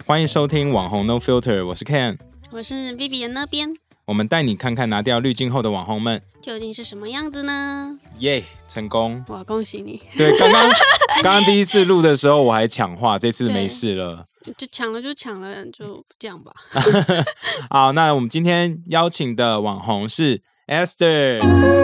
欢迎收听网红 No Filter， 我是 Ken， 我是 Vivian 那边。 我们带你看看拿掉滤镜后的网红们究竟是什么样子呢？ 耶、成功！ 哇，恭喜你！ 对，刚刚第一次录的时候我还抢话，这次没事了。 就抢了，就这样吧。 好，那我们今天邀请的网红是 Esther。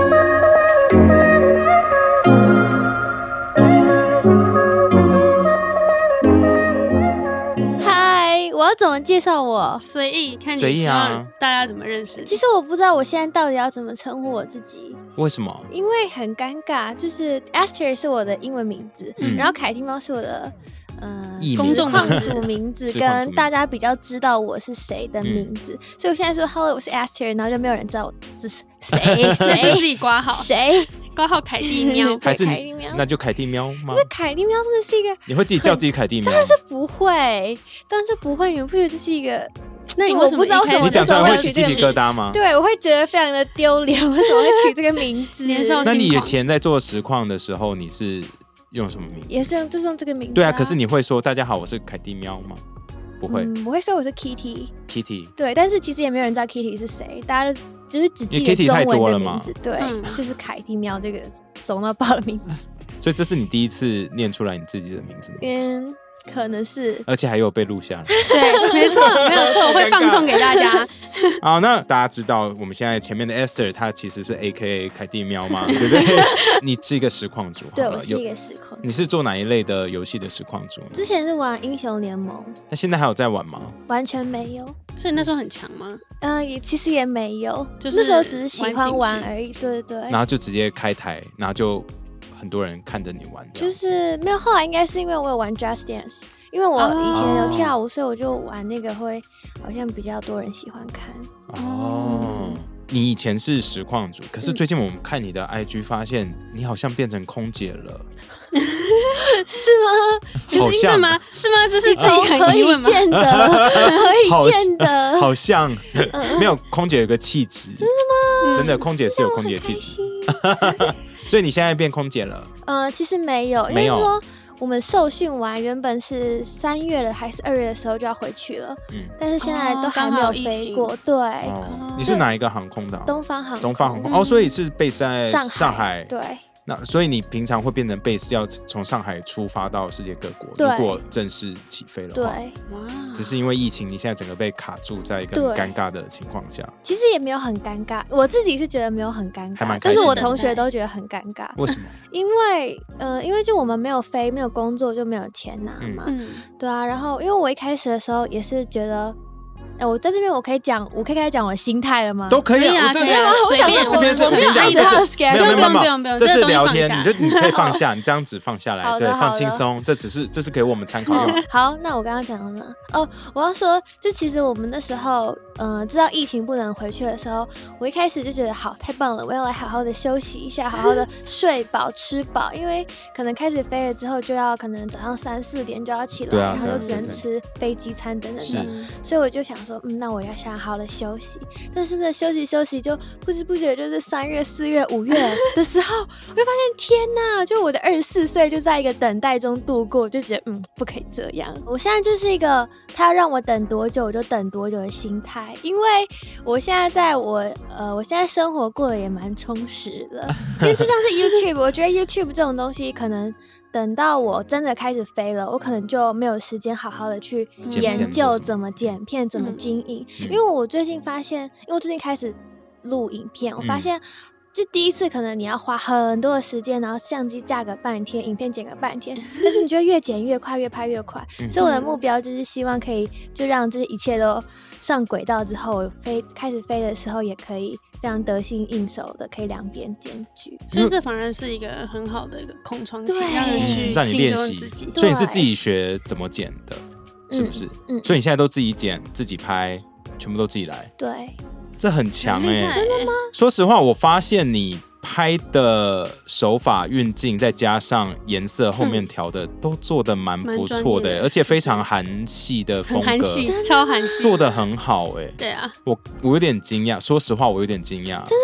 我要怎么介绍我？ 随意，看你希望大家怎么认识。 其实我不知道我现在到底要怎么称呼我自己。 为什么？ 因为很尴尬，就是 Esther 是我的英文名字，然后凯蒂猫是我的公众矿主名字，跟大家比较知道我是谁的名字。所以我现在说 Hello， 我是 Esther， 然后就没有人知道我是谁， 就自己挂号谁。 挂号凯蒂喵， 还是你？那就凯蒂喵吗？ 可是凯蒂喵真的是一个， 你会自己叫自己凯蒂喵？ 当然是不会，你们不觉得这是一个？ 那我不知道为什么你讲出来会起鸡皮疙瘩吗？ 对，我会觉得非常的丢脸，为什么会取这个名字？ 那你以前在做实况的时候，你是用什么名字？ 也是就是用这个名字。 对啊，可是你会说大家好，我是凯蒂喵吗？不会， 我会说我是 Kitty。对，但是其实也没有人知道 Kitty 是谁，大家就是只记得中文的名字。对，就是凯蒂喵这个熟到爆的名字。 所以这是你第一次念出来你自己的名字吗？ 可能是， 而且还有被录下来。 对，没错，我会放送给大家。 好，那大家知道我们现在前面的 Esther， 她其实是 AKA 凯蒂喵嘛，对不对？你是一个实况主， 对，我是一个实况。 你是做哪一类的游戏的实况主？ 之前是玩英雄联盟。 那现在还有在玩吗？ 完全没有。 所以那时候很强吗？ 其实也没有， 就是那时候只是喜欢玩而已。对。 然后就直接开台，然后就很多人看着你玩， 就是没有。后来应该是因为我有玩 Just Dance， 因为我以前有跳舞，所以我就玩那个会好像比较多人喜欢看。 你以前是实况主，可是最近我们看你的 IG 发现你好像变成空姐了。 是吗？ 是吗？这是自己何以见得？何以见得？ 好像没有空姐有个气质。真的吗？ 真的，空姐是有空姐气质。所以你现在变空姐了？ 其实没有，因为说我们受训完，原本是3月了还是2月的时候就要回去了，但是现在都还没有飞过。对， 你是哪一个航空的？ 东方航空。 所以是base在上海。 对。 那所以你平常会变成base要从上海出发到世界各国，如果正式起飞的话。 对， 只是因为疫情，你现在整个被卡住在一个很尴尬的情况下。 其实也没有很尴尬，我自己是觉得没有很尴尬， 但是我同学都觉得很尴尬。 为什么？ 因为就我们没有飞，没有工作，就没有钱拿嘛。对啊，然后因为我一开始的时候也是觉得。我在这边我可以开始讲我的心态了吗？ 都可以啊， 真的吗？我想说这边是我没有讲， 不用， 这是聊天，你可以放下，你这样子放下来，对，放轻松，这是给我们参考用。 好，那我刚刚讲了呢。我要说，就其实我们那时候，知道疫情不能回去的时候，我一开始就觉得好，太棒了，我要来好好的休息一下，好好的睡饱吃饱，因为可能开始飞了之后，就要可能早上3、4点就要起来，然后又只能吃飞机餐等等的，所以我就想说，那我要想好好的休息。但是呢，休息就不知不觉就是3月、4月、5月的时候，我就发现天哪，就我的24岁就在一个等待中度过，就觉得不可以这样。我现在就是一个他要让我等多久我就等多久的心态，因为我现在我现在生活过得也蛮充实的，因为就像是 YouTube， 我觉得 YouTube 这种东西可能。等到我真的开始飞了，我可能就没有时间好好的去研究怎么剪片、怎么经营。因为我最近发现，因为我最近开始录影片，我发现就第一次可能你要花很多的时间，然后相机架个半天，影片剪个半天，但是你就越剪越快，越拍越快。所以我的目标就是希望可以就让这一切都上轨道之后，开始飞的时候也可以非常得心应手的，可以两边兼具。 所以这反而是一个很好的一个空窗期，让人去让你练习自己。 所以你是自己学怎么剪的，是不是？所以你现在都自己剪、自己拍，全部都自己来。 对， 这很强欸。 真的吗？ 说实话，我发现你拍的手法、运镜，再加上颜色后面调的，都做的蛮不错的，而且非常韩系的风格， 韩系，超韩系， 做的很好哎。 对啊， 我有点惊讶，说实话，我有点惊讶。 真的吗？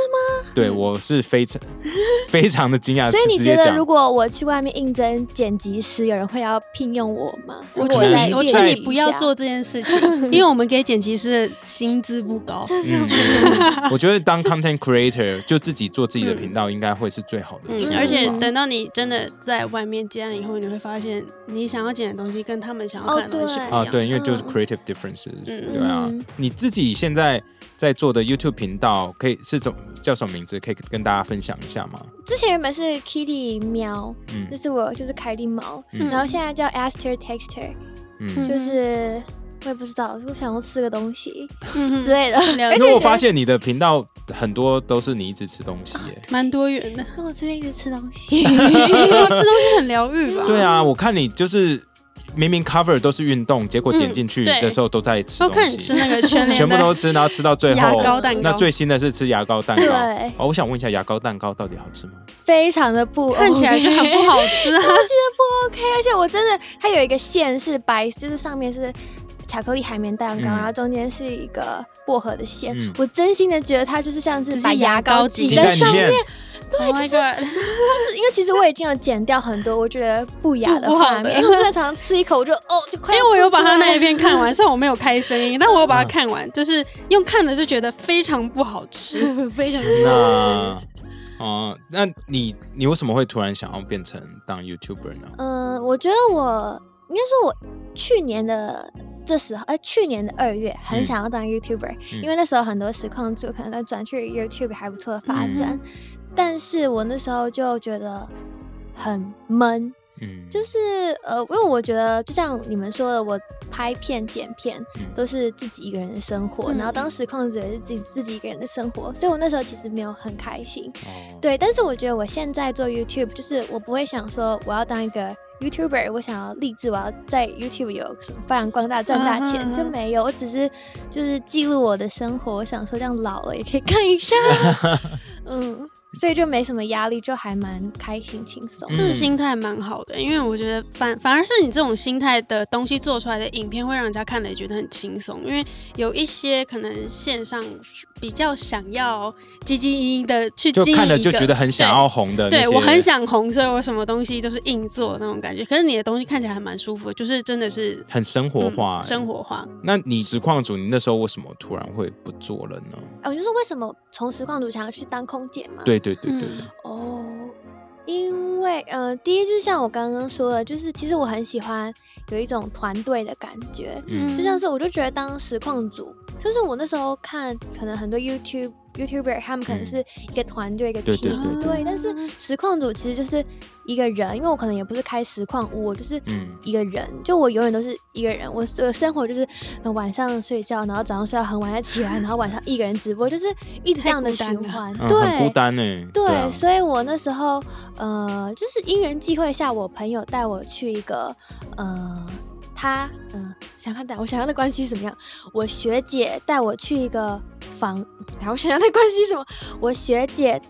对我是非常的惊讶。 所以你觉得如果我去外面应征剪辑师，有人会要聘用我吗？ 我觉得你不要做这件事情，因为我们给剪辑师的薪资不高。 我觉得当 content creator 就自己做自己的频道，应该会是最好的。 而且等到你真的在外面接案以后，你会发现你想要剪的东西跟他们想要看的东西不一样。 对，因为就是 creative differences，对啊。你自己现在在做的 YouTube 频道叫什么名字？可以跟大家分享一下吗？ 之前原本是 Kitty 喵，就是我就是凯莉猫，然后现在叫 Aster Texture，就是我也不知道，我想要吃个东西之类的。而且我发现你的频道很多都是你一直吃东西耶， 蛮多元的。 我最近一直吃东西， 吃东西很疗愈吧？ 对啊，我看你就是明明 cover 都是运动，结果点进去的时候都在吃东西， 都看你吃那个全部都吃，然后吃到最后牙膏蛋糕。 那最新的是吃牙膏蛋糕。 对， 我想问一下，牙膏蛋糕到底好吃吗？ 非常的不 OK， 看起来就很不好吃， 超级的不 OK。而且我真的，它有一个馅是白，就是上面是巧克力海绵蛋糕，然后中间是一个薄荷的馅。我真心的觉得它就是像是把牙膏挤在上面。对，就是因为其实我已经有剪掉很多我觉得不雅的画面，因为我真的常常吃一口就快。 因为我有把他那一篇看完，虽然我没有开声音，但我有把它看完，就是用看的就觉得非常不好吃， 非常不好吃。 那你为什么会突然想要变成当 YouTuber 呢？ 我觉得应该说我去年的2月很想要当 YouTuber，因为那时候很多实况主可能都转去 YouTube 还不错的发展。但是我那时候就觉得很闷，就是因为我觉得就像你们说的，我拍片剪片都是自己一个人的生活，然后当实况主也是自己一个人的生活，所以我那时候其实没有很开心。对，但是我觉得我现在做 YouTube， 就是我不会想说我要当一个 YouTuber， 我想要立志我要在 YouTube 有什么发扬光大赚大钱，就没有，我只是就是记录我的生活，我想说这样老了也可以看一下。所以就没什么压力，就还蛮开心轻松。 这个心态蛮好的，因为我觉得反而是你这种心态的东西做出来的影片，会让人家看了也觉得很轻松。因为有一些可能线上比较想要积极营营的去经营一个，就看了就觉得很想要红的。 对，我很想红，所以我什么东西都是硬做那种感觉。可是你的东西看起来还蛮舒服的，就是真的是很生活化。 生活化。 那你实况主，你那时候为什么突然会不做了呢？ 我就说为什么从实况主想要去当空姐嘛？ 对。 因为第一就是像我刚刚说的，就是其实我很喜欢有一种团队的感觉，就像是我就觉得当实况主，就是我那时候看可能很多 YouTuber 他们可能是一个团队一个 team， 对，但是实况组其实就是一个人，因为我可能也不是开实况屋，我就是一个人，就我永远都是一个人，我的生活就是晚上睡觉，然后早上睡到很晚再起来，然后晚上一个人直播，就是一直这样的循环，对， 很孤单欸。 对，所以我那时候就是因缘际会下，我朋友带我去一个我想要的关系是什么样？我学姐带我去一个我想要的关系是什么？我学姐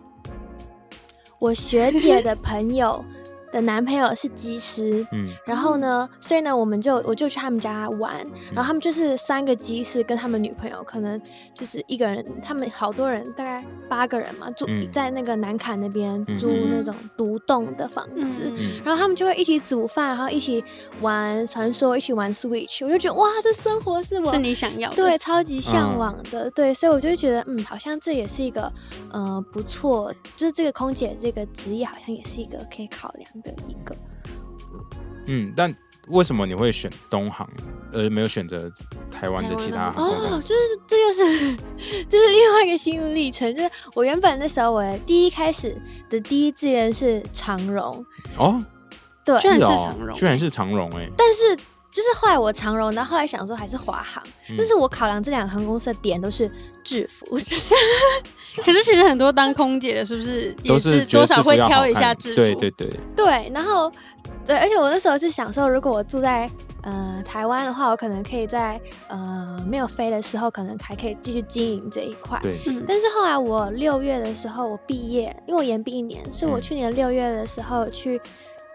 的朋友的男朋友是机师，然后呢，所以呢，我就去他们家玩，然后他们就是3个机师跟他们女朋友，可能就是一个人，他们好多人，大概8个人嘛，住在那个南坎那边租那种独栋的房子，然后他们就会一起煮饭，然后一起玩传说，一起玩 Switch， 我就觉得哇，这生活是你想要的， 对，超级向往的，对，所以我就觉得好像这也是一个不错，就是这个空姐这个职业好像也是一个可以考量的一个。 但为什么你会选东航，而没有选择台湾的其他航空公司？ 就是另外一个心路历程。就是我原本那时候我开始的第一志愿是长荣。对， 居然是长荣欸。但是就是后来我长荣，然后后来想说还是华航，但是我考量这2个航空公司的点都是制服，就是可是其实很多当空姐的是不是也是多少会挑一下制服？ 对，然后对，而且我那时候是想说，如果我住在台湾的话，我可能可以在没有飞的时候，可能还可以继续经营这一块。 对， 但是后来我6月的时候我毕业，因为我延毕1年，所以我去年6月的时候去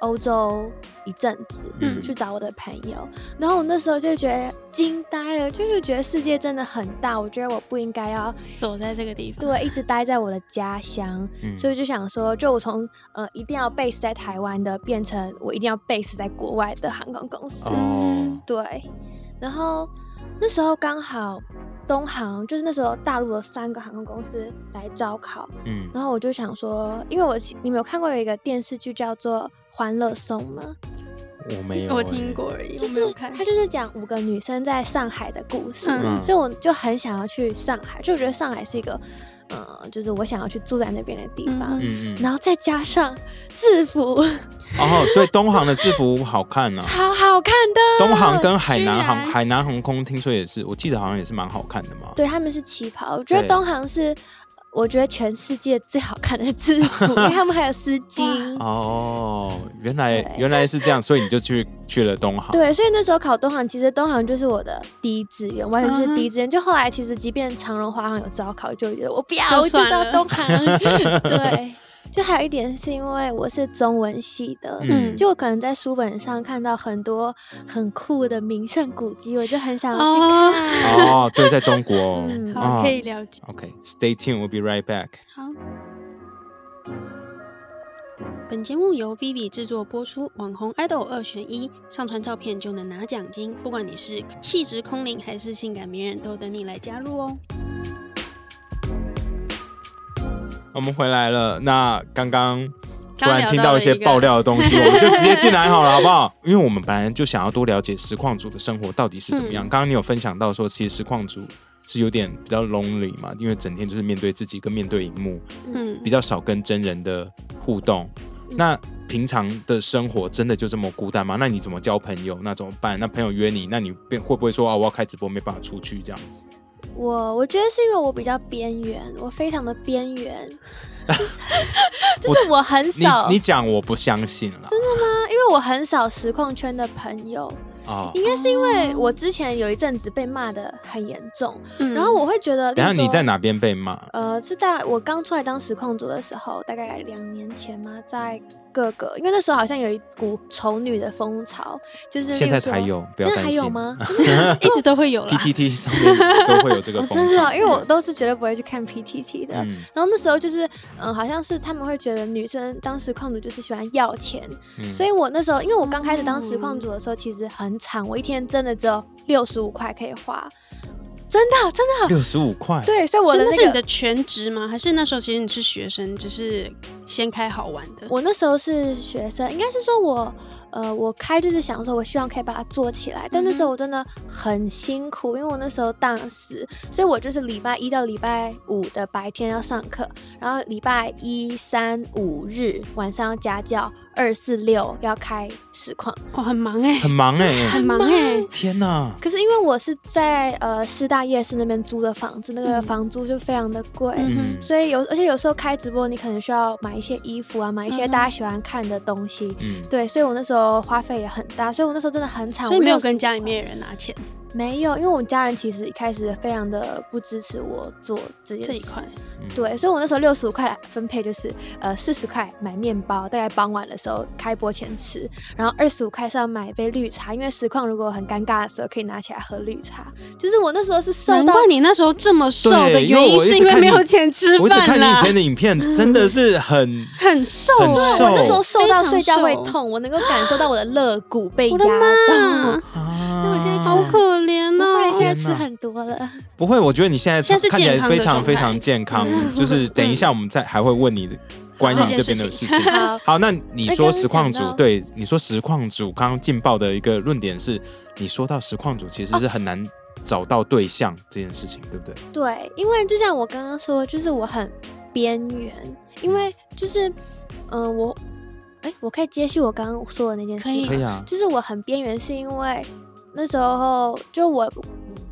欧洲一阵子，去找我的朋友，然后我那时候就觉得惊呆了，就是觉得世界真的很大，我觉得我不应该要锁在这个地方， 对，一直待在我的家乡，所以就想说，就我从一定要 base 在台湾的，变成我一定要 base 在国外的航空公司，对，然后那时候刚好东航就是那时候大陆有3个航空公司来招考，然后我就想说，因为你们有看过有一个电视剧叫做《欢乐颂》吗？ 我没有， 我听过而已， 就是他就是讲5个女生在上海的故事，所以我就很想要去上海，就我觉得上海是一个就是我想要去住在那边的地方，然后再加上制服， 对，东航的制服好看啊， 超好看的。 东航跟海南航空听说也是，我记得好像也是蛮好看的嘛。 对，他们是旗袍，我觉得东航是我觉得全世界最好看的制服，因为他们还有丝巾。 原来是这样，所以你就去了东航。 对，所以那时候考东航，其实东航就是我的第一志愿，完全就是第一志愿。就后来其实即便长荣、华航有招考，就觉得我不要，我就是要东航。对。就还有一点是因为我是中文系的，就我可能在书本上看到很多很酷的名胜古迹，我就很想要去看。 对，在中国好，可以了解。 OK，stay tuned, we'll be right back。 好。本节目由 Vivi 制作播出，网红 idol 2选1，上传照片就能拿奖金，不管你是气质空灵还是性感迷人，都等你来加入哦。 我们回来了，那刚刚突然听到一些爆料的东西，我们就直接进来好了，好不好？因为我们本来就想要多了解实况组的生活到底是怎么样。刚刚你有分享到说，其实实况组是有点比较 lonely 嘛，因为整天就是面对自己跟面对荧幕，比较少跟真人的互动。那平常的生活真的就这么孤单吗？那你怎么交朋友？那怎么办？那朋友约你，那你会不会说我要开直播没办法出去这样子？ 我觉得是因为我比较边缘，我非常的边缘，就是我很少。 你讲我不相信了。 真的吗？因为我很少实况圈的朋友。应该是因为我之前有一阵子被骂得很严重，然后我会觉得， 等一下你在哪边被骂？ 是在我刚出来当实况组的时候，大概2年前嘛，在各个，因为那时候好像有一股丑女的风潮，就是现在才有，不要担心。 现在还有吗？ 一直都会有啦。 PTT 上面都会有这个风潮。 真的，因为我都是绝对不会去看 PTT 的。然后那时候就是，好像是他们会觉得女生当实况组就是喜欢要钱，所以我那时候，因为我刚开始当实况组的时候，其实很惨，我一天真的只有65块可以花。真的 65块， 对，所以我的那是你的全职吗？还是那时候其实你是学生，只是先开好玩的？ 我那时候是学生，应该是说我开就是想说，我希望可以把它做起来，但那时候我真的很辛苦，因为我那时候大4，所以我就是礼拜1到礼拜5的白天要上课，然后礼拜1、3、5日晚上要家教，2、4、6要开实况。 很忙哎， 很忙哎， 很忙哎！ 天哪！ 可是因为我是在师大夜市那边租的房子，那个房租就非常的贵，所以而且有时候开直播，你可能需要买一些衣服啊，买一些大家喜欢看的东西，对，所以我那时候花费也很大，所以我那时候真的很惨。 所以没有跟家里面的人拿钱？ 没有，因为我家人其实一开始非常的不支持我做这件事，对，所以我那时候65块来分配，就是40块买面包，大概傍晚的时候开播前吃，然后25块是要买一杯绿茶，因为实况如果很尴尬的时候可以拿起来喝绿茶。就是我那时候是瘦到， 难怪你那时候这么瘦的原因是因为没有钱吃饭啦。 我一直看你以前的影片，真的是很瘦， 我那时候瘦到睡觉会痛，我能够感受到我的肋骨被压到。那我现在好可怜哦， 现在吃很多了。 不会，我觉得你现在看起来非常非常健康。就是等一下我们还会问你关于这边的事情。好，那你说实况组，对，你说实况组刚刚劲爆的一个论点是，你说到实况组其实是很难找到对象这件事情，对不对？ 对，因为就像我刚刚说，就是我很边缘，因为就是我可以接续我刚刚说的那件事吗？ 可以啊， 就是我很边缘，是因为那时候就我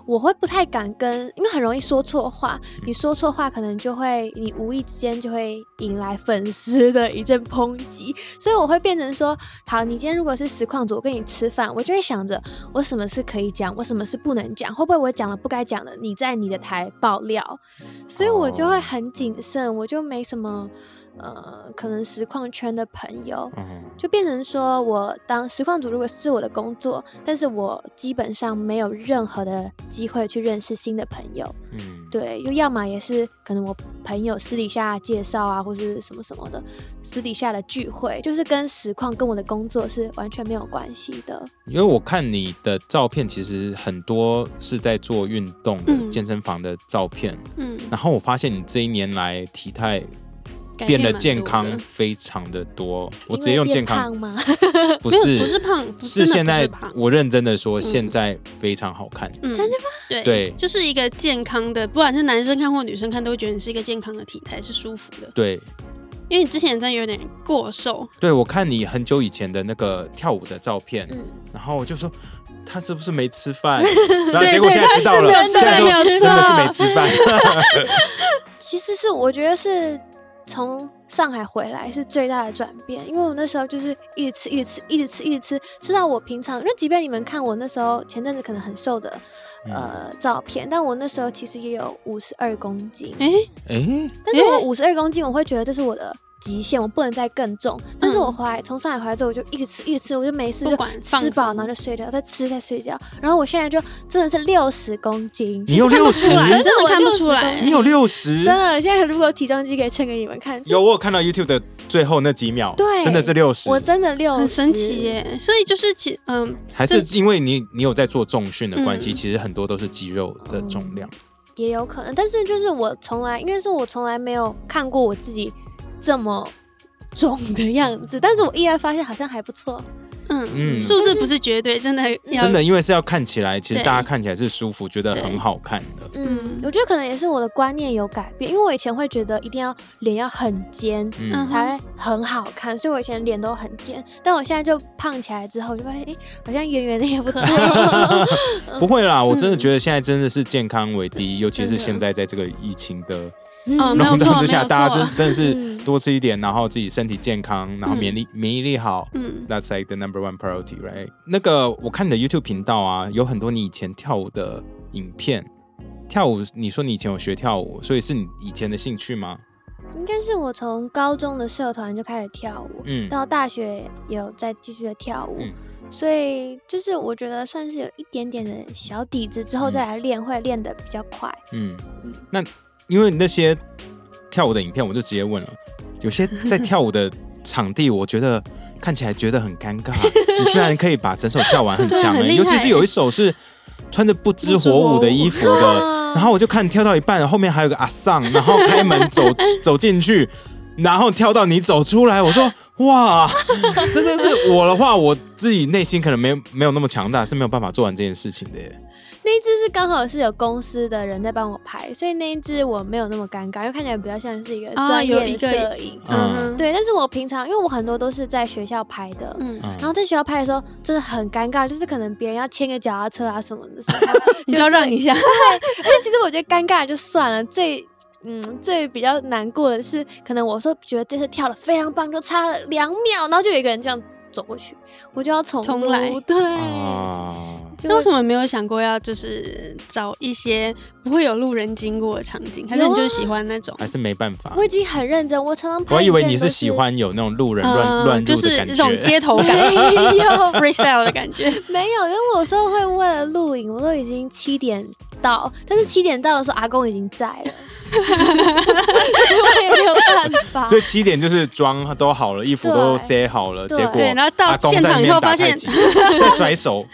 我会不太敢因为很容易说错话，你说错话可能就会你无意之间就会引来粉丝的一阵抨击，所以我会变成说，好，你今天如果是实况组，我跟你吃饭，我就会想着我什么是可以讲，我什么是不能讲，会不会我讲了不该讲的，你在你的台爆料，所以我就会很谨慎，我就没什么。可能实况圈的朋友，就变成说我当实况组如果是我的工作，但是我基本上没有任何的机会去认识新的朋友。对，就要么也是可能我朋友私底下介绍啊，或是什么什么的私底下的聚会，就是跟实况跟我的工作是完全没有关系的。 因为我看你的照片，其实很多是在做运动的健身房的照片，然后我发现你这一年来体态变得健康非常的多，我直接用健康吗？ 不是胖， 是现在我认真的说，现在非常好看。 真的吗？ 对，就是一个健康的，不管是男生看或女生看，都会觉得你是一个健康的体态，是舒服的。 对， 因为你之前真的有点过瘦。 对，我看你很久以前的那个跳舞的照片，然后我就说他是不是没吃饭？然后结果现在知道了，现在说真的是没吃饭。 其实是我觉得是。从上海回来是最大的转变，因为我那时候就是一直吃到我平常，因为即便你们看我那时候前阵子可能很瘦的照片，但我那时候其实也有52公斤，但是我52公斤，我会觉得这是我的极限，我不能再更重。但是我从上海回来之后，我就一直吃，我就没事就吃饱，然后就睡觉，再吃再睡觉。然后我现在就真的是60公斤， 你有60？ 真的看不出来， 你有60？ 真的，现在如果有体重机可以称给你们看。 有，我有看到 YouTube 的最后那几秒， 对， 真的是60， 我真的60， 很神奇耶。所以就是还是因为你有在做重训的关系，其实很多都是肌肉的重量， 也有可能。但是就是我从来没有看过我自己这么重的样子，但是我意外发现好像还不错。 数字不是绝对，真的， 因为是要看起来，其实大家看起来是舒服，觉得很好看的。 我觉得可能也是我的观念有改变，因为我以前会觉得一定要脸要很尖才很好看，所以我以前脸都很尖，但我现在就胖起来之后，就发现好像圆圆的也不错。 不会啦，我真的觉得现在真的是健康为第一，尤其是现在在这个疫情的笼罩之下，大家真的是多吃一点，然后自己身体健康，然后免疫力好，That's like the number one priority, right？ 那个我看你的 YouTube 频道啊，有很多你以前跳舞的影片。跳舞，你说你以前有学跳舞，所以是你以前的兴趣吗？ 应该是我从高中的社团就开始跳舞，到大学也有再继续的跳舞，所以就是我觉得算是有一点点的小底子，之后再来练会练得比较快。 那因为那些跳舞的影片，我就直接问了，有些在跳舞的场地，我觉得看起来觉得很尴尬，你居然可以把整首跳完，很强尤其是有一首是穿着不知火舞的衣服的。然后我就看跳到一半，后面还有个阿桑，然后开门走进去，然后跳到你走出来，我说哇，这真是我的话，我自己内心可能没有那么强大，是没有办法做完这件事情的耶。 那一支是刚好是有公司的人在帮我拍，所以那一支我没有那么尴尬，因为看起来比较像是一个专业的摄影。对，但是我平常因为我很多都是在学校拍的，然后在学校拍的时候真的很尴尬，就是可能别人要牵个脚踏车啊什么的时候， 你就要让一下。 对，而且其实我觉得尴尬就算了，最比较难过的是，可能我说觉得这次跳得非常棒，就差了2秒，然后就有一个人这样走过去，我就要重来。 对。 那为什么没有想过要就是找一些不会有路人经过的场景？还是你就喜欢那种？ 还是没办法？ 我已经很认真，我常常拍。 我以为你是喜欢有那种路人乱入的感觉， 就是这种街头感，没有 freestyle 的感觉。 没有，因为我有时候会为了录影，我都已经7点到，但是7点到的时候，阿公已经在了。所以我也没有办法。 所以7点就是妆都好了，衣服都塞好了，结果然后到现场以后发现在甩手，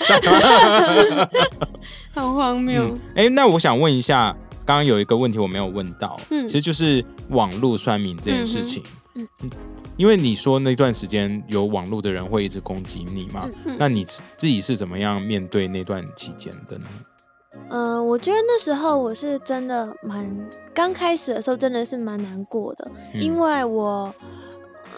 好荒谬。 那我想问一下，刚刚有一个问题我没有问到，其实就是网络酸民这件事情。因为你说那段时间有网络的人会一直攻击你嘛，那你自己是怎么样面对那段期间的呢？ 我觉得那时候我是真的刚开始的时候真的是蛮难过的，因为我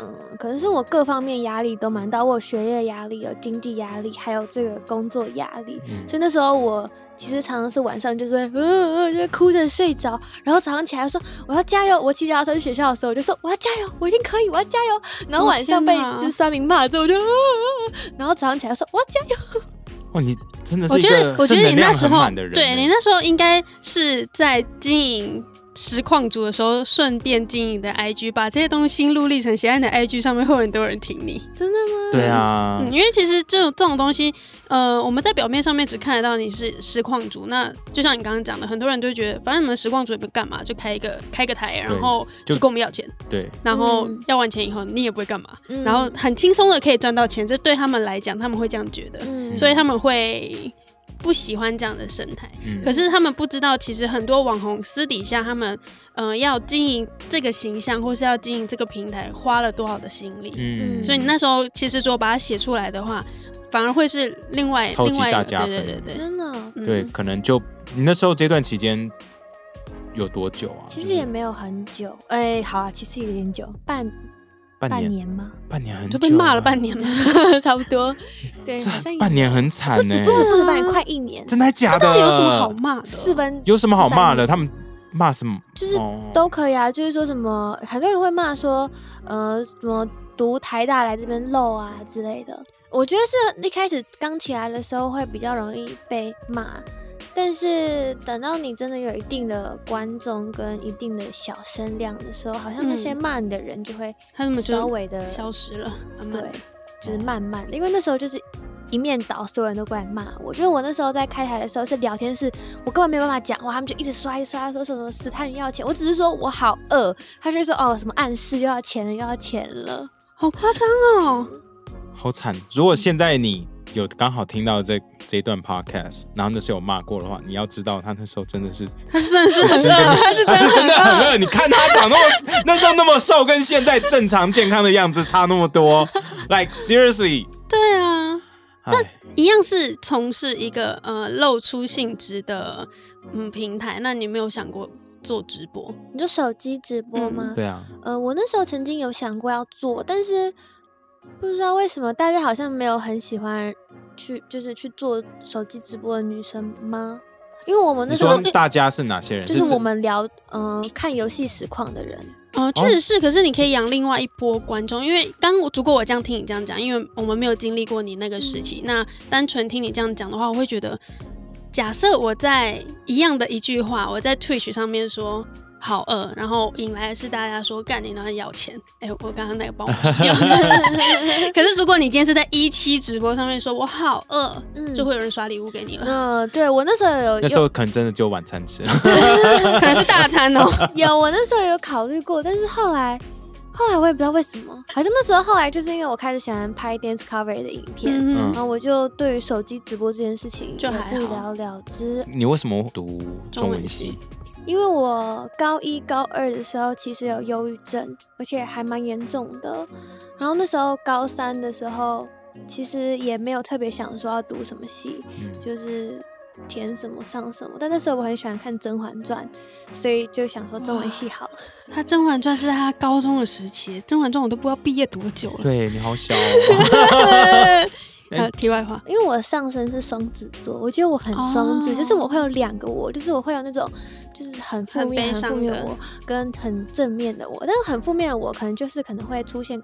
可能是我各方面压力都蛮大，我有学业压力，有经济压力，还有这个工作压力，所以那时候我其实常常是晚上就是就哭着睡着，然后早上起来说我要加油。我骑脚踏车去学校的时候，我就说我要加油，我一定可以，我要加油。然后晚上被就是酸民骂之后，我就然后早上起来说我要加油。 哇，你真的是一个我觉得你那时候的人， 对你那时候应该是在经营实况组的时候，顺便经营的 IG， 把这些东西心路历程写在你的 IG 上面，会有很多人听你。 真的吗？ 对啊， 因为其实这种东西，我们在表面上面只看得到你是实况组，那就像你刚刚讲的，很多人就觉得，反正你们实况组也不干嘛，就开个台，然后就跟我们要钱， 对， 然后要完钱以后你也不会干嘛，然后很轻松的可以赚到钱，这对他们来讲，他们会这样觉得，所以他们会不喜欢这样的生态，可是他们不知道，其实很多网红私底下他们要经营这个形象，或是要经营这个平台，花了多少的心力。所以你那时候其实如果把它写出来的话，反而会是另外超级大加分。 对， 真的。 对，可能就你那时候这段期间有多久啊？ 其实也没有很久，好啦，其实有点久，半年吗？ 半年很久， 就被骂了半年了， 差不多。对，好像半年很惨呢。 不是半年，快1年。 真的假的？ 到底有什么好骂的 ？4分有什么好骂的？他们骂什么？ 就是都可以啊，就是说什么，很多人会骂说，什么读台大来这边漏啊之类的。我觉得是一开始刚起来的时候会比较容易被骂。但是等到你真的有一定的观众跟一定的小声量的时候，好像那些骂你的人就会稍微的消失了， 对，就是慢慢的，因为那时候就是一面倒，所有人都过来骂我。觉得我那时候在开台的时候是聊天室，我根本没办法讲话，他们就一直刷说什么死摊人要钱，我只是说我好饿，他就会说什么暗示又要钱了，又要钱了， 好夸张哦， 好惨。如果现在你有刚好听到这一段 podcast， 然后那时候有骂过的话，你要知道他那时候真的是很饿，他是真的很饿。你看他长那时候那么瘦，跟现在正常健康的样子差那么多，like seriously。 对啊，那一样是从事一个露出性质的平台，那你没有想过做直播？ 你就手机直播吗？ 对啊。 我那时候曾经有想过要做，但是不知道为什么大家好像没有很喜欢去做手机直播的女生吗？因为我们那时候你说大家是哪些人？ 就是我们聊看游戏实况的人。 确实是，可是你可以养另外一波观众，因为如果我这样听你这样讲，因为我们没有经历过你那个时期，那单纯听你这样讲的话，我会觉得，假设我在一样的一句话，我在 Twitch 上面说好饿，然后引来的是大家说干你然后要钱，我刚刚那个帮我逼掉。可是如果你今天是在17直播上面说我好饿，就会有人刷礼物给你了。 对，我那时候那时候可能真的就晚餐吃了， 可能是大餐哦。 有，我那时候有考虑过，但是后来我也不知道为什么，好像那时候后来就是因为我开始喜欢拍 dance cover 的影片，然后我就对于手机直播这件事情就还不了了之。 你为什么读中文系？ 因为我高1、高2的时候其实有忧郁症，而且还蛮严重的。然后那时候高3的时候，其实也没有特别想说要读什么系，就是填什么上什么。但那时候我很喜欢看《甄嬛传》，所以就想说中文系好了。 他《甄嬛传》是在他高中的时期，《甄嬛传》我都不知道毕业多久了。 对，你好小哦。 题外话， 因为我上升是双子座，我觉得我很双子，就是我会有2个我，就是我会有那种就是很负面的我，跟很正面的我。但是很负面的我可能会出现个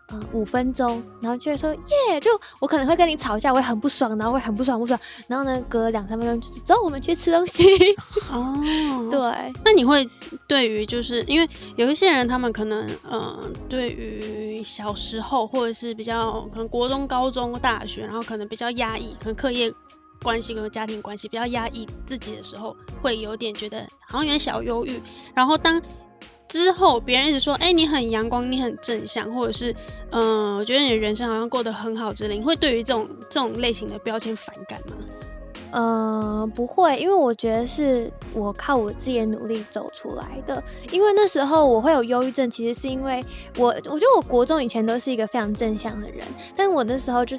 5分钟，然后就会说耶，就我可能会跟你吵架，我会很不爽，然后会很不爽，然后呢隔2-3分钟就是走，我们去吃东西。对。 那你会对于就是因为有一些人他们可能对于小时候或者是比较可能国中、高中、大学，然后可能比较压抑，可能课业关系跟家庭关系比较压抑自己的时候，会有点觉得好像有点小忧郁，然后当之后别人一直说你很阳光，你很正向，或者是我觉得你的人生好像过得很好之类，你会对于这种类型的标签反感吗？ 不会，因为我觉得是我靠我自己的努力走出来的。因为那时候我会有忧郁症，其实是因为我觉得我国中以前都是一个非常正向的人，但我那时候就是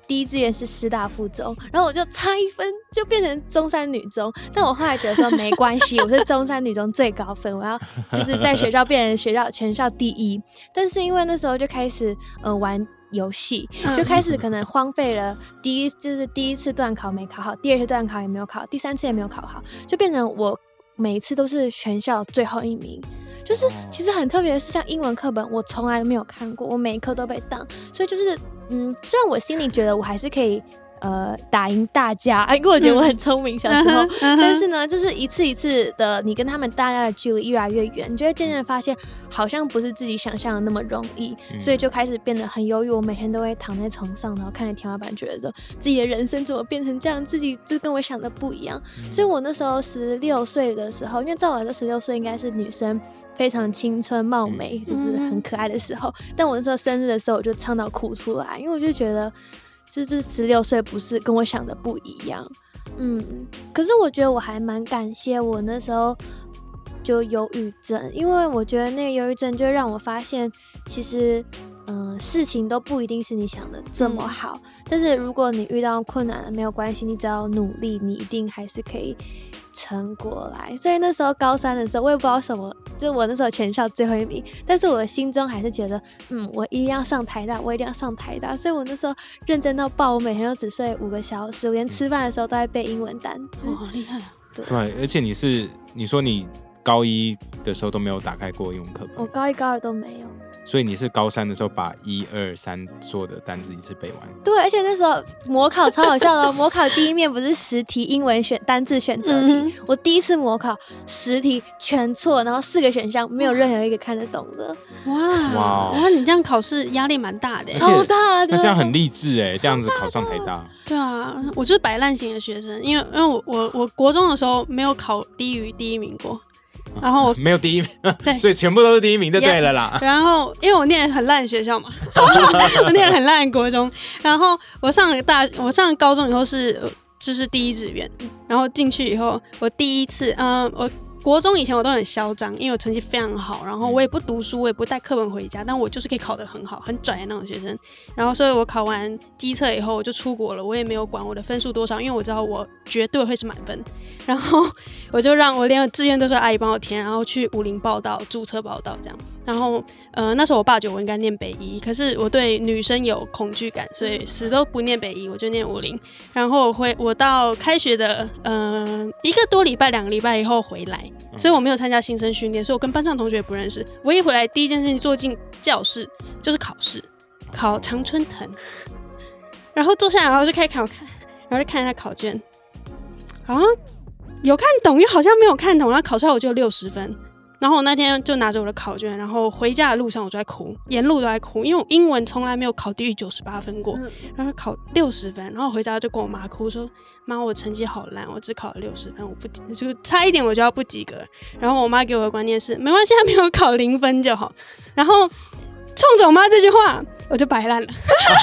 第一志愿是师大附中，然后我就差1分就变成中山女中，但我后来觉得说没关系，我是中山女中最高分，我要就是在学校变成全校第一。但是因为那时候就开始玩游戏，就开始可能荒废了第一次段考没考好，第2次段考也没有考，第3次也没有考好，就变成我每一次都是全校最后1名。就是其实很特别的是，像英文课本我从来没有看过，我每一科都被当，所以就是虽然我心里觉得我还是可以打赢大家，因为我觉得我很聪明小时候，但是呢，就是一次一次的，你跟他们大家的距离越来越远，你就会渐渐的发现，好像不是自己想象的那么容易，所以就开始变得很忧郁。我每天都会躺在床上，然后看着天花板，觉得说自己的人生怎么变成这样，自己这跟我想的不一样。所以我那时候16岁的时候，因为照我来说16岁应该是女生非常青春貌美，就是很可爱的时候，但我那时候生日的时候，我就唱到哭出来，因为我就觉得。就是16岁不是跟我想的不一样，可是我觉得我还蛮感谢我那时候就忧郁症，因为我觉得那个忧郁症就让我发现，其实事情都不一定是你想的这么好，但是如果你遇到困难了没有关系，你只要努力，你一定还是可以撑过来。所以那时候高3的时候，我也不知道什么，就我那时候全校最后1名，但是我的心中还是觉得，我一定要上台大，我一定要上台大。所以我那时候认真到爆，我每天都只睡5个小时，我连吃饭的时候都在背英文单字。 好厉害啊！ 对，而且你说你高1的时候都没有打开过英文课本， 我高1、高2都没有。 所以你是高3的时候把1、2、3所有的单字一次背完？ 对，而且那时候模考超好笑的，模考第1面不是10题英文单字选择题，我第一次模考10题全错，然后4个选项没有任何一个看得懂的。 哇，你这样考试压力蛮大的， 超大的。 那这样很励志哎，这样子考上台大。 对啊，我就是摆烂型的学生，因为我国中的时候没有考低于第1名过。然后我没有第1名，所以全部都是第1名就对了啦。 然后因为我念很烂的学校嘛，我念很烂的国中，然后我上高中以后就是第1志愿，然后进去以后，我第一次我国中以前我都很嚣张，因为我成绩非常好，然后我也不读书，我也不带课本回家，但我就是可以考得很好，很拽的那种学生。然后所以我考完基测以后我就出国了，我也没有管我的分数多少，因为我知道我绝对会是满分。然后我就让我连志愿都是阿姨帮我填，然后去50报到，注册报到这样。然后那时候我爸觉得我应该念北一，可是我对女生有恐惧感，所以死都不念北一，我就念50。然后我到开学的1个多礼拜、2个礼拜以后回来，所以我没有参加新生训练，所以我跟班上同学也不认识。我一回来第一件事情坐进教室就是考试，考常春藤。然后坐下来，然后就开始看，然后就看一下考卷，好像有看懂，又好像没有看懂，然后考出来我就60分。然后我那天就拿着我的考卷，然后回家的路上我就在哭，沿路都在哭，因为我英文从来没有考低于98分过，然后考60分，然后回家就跟我妈哭说：“妈，我成绩好烂，我只考了60分，我不就差一点我就要不及格。”然后我妈给我的观念是：没关系，还没有考0分就好。然后冲着我妈这句话，我就摆烂了，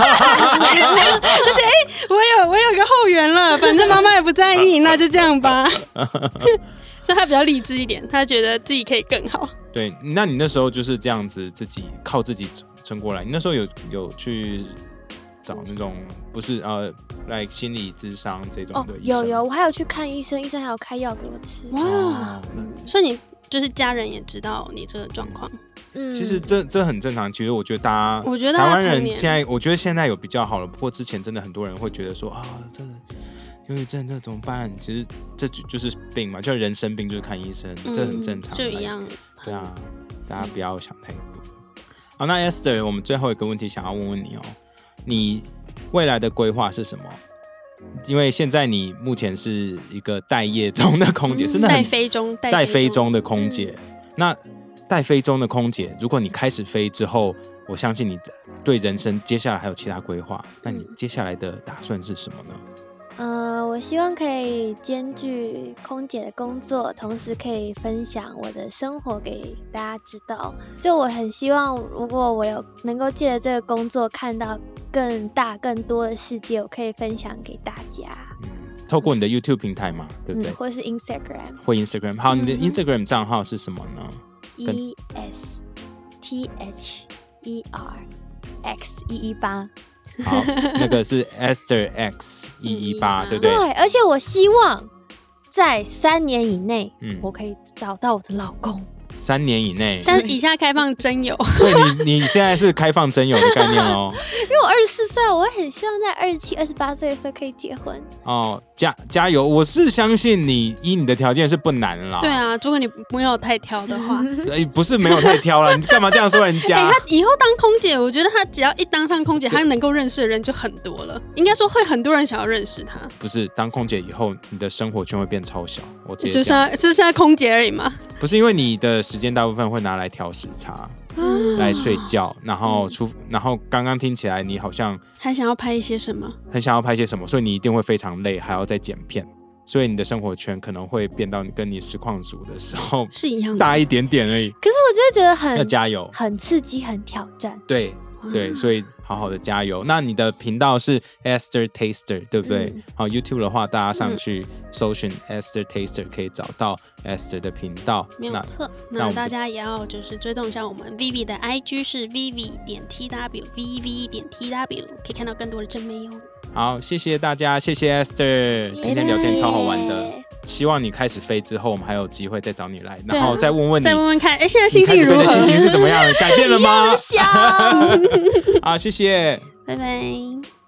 就是我有个后援了，反正妈妈也不在意，那就这样吧。所以他比较励志一点，他觉得自己可以更好。 对，那你那时候就是这样子，靠自己撑过来。你那时候有去找那种不是来心理咨商这种的医生？ 有，我还有去看医生，医生还有开药给我吃。 哇，所以你就是家人也知道你这个状况。 其实这很正常。其实我觉得台湾人现在，我觉得现在有比较好了，不过之前真的很多人会觉得说这忧郁症这怎么办？其实这就是病嘛，就人生病就是看医生，这很正常， 就一样。 对啊，大家不要想太多。好，那 Esther， 我们最后一个问题想要问你你未来的规划是什么？因为现在你目前是一个待业中的空姐，真的很待飞中的空姐。那待飞中的空姐，如果你开始飞之后，我相信你对人生接下来还有其他规划，那你接下来的打算是什么呢？ 我希望可以兼具空姐的工作，同时可以分享我的生活给大家知道。就我很希望，如果我能够借着这个工作看到更大更多的世界，我可以分享给大家。 透过你的 YouTube 平台嘛，对不对？ 或是 Instagram。 或 Instagram。好，你的 Instagram 账号是什么呢 ？ESTHERX118。 好，那个是 Esther X118，对不对？ 对，而且我希望在3年以内，我可以找到我的老公。 3年以内， 但是以下开放真友， 所以你现在是开放真友的概念哦。 因为我24岁，我很希望在27、28岁的时候可以结婚。 哦，加油！我是相信你，以你的条件是不难啦。 对啊，如果你没有太挑的话， 不是没有太挑了，你干嘛这样说人家？ 他以后当空姐，我觉得他只要一当上空姐，他能够认识的人就很多了。应该说会很多人想要认识他。 不是当空姐以后，你的生活圈会变超小。我直接就剩下空姐而已嘛。 不是因为你的时间大部分会拿来调时差。来睡觉，然后刚刚听起来你好像还想要拍一些什么， 很想要拍些什么，所以你一定会非常累，还要再剪片，所以你的生活圈可能会变到你跟你实况组的时候是一样的， 大一点点而已。 可是我就会觉得要加油， 很刺激，很挑战。 对，所以好好的加油。那你的频道是 Esther Taster 对不对？好 YouTube 的话，大家上去搜寻 Esther Taster 可以找到 Esther 的频道， 没有错。那大家也要就是追踪一下我们 Vivi 的 IG 是 vivi.tw vivi.tw， 可以看到更多的正妹哟。 好，谢谢大家，谢谢 Esther， 今天聊天超好玩的。希望你開始飛之後，我們還有機會再找你來，然後再問問你， 再問問看，現在心情如何？ 心情是怎麼樣？改變了嗎？ 一樣的想。 好，謝謝， 拜拜。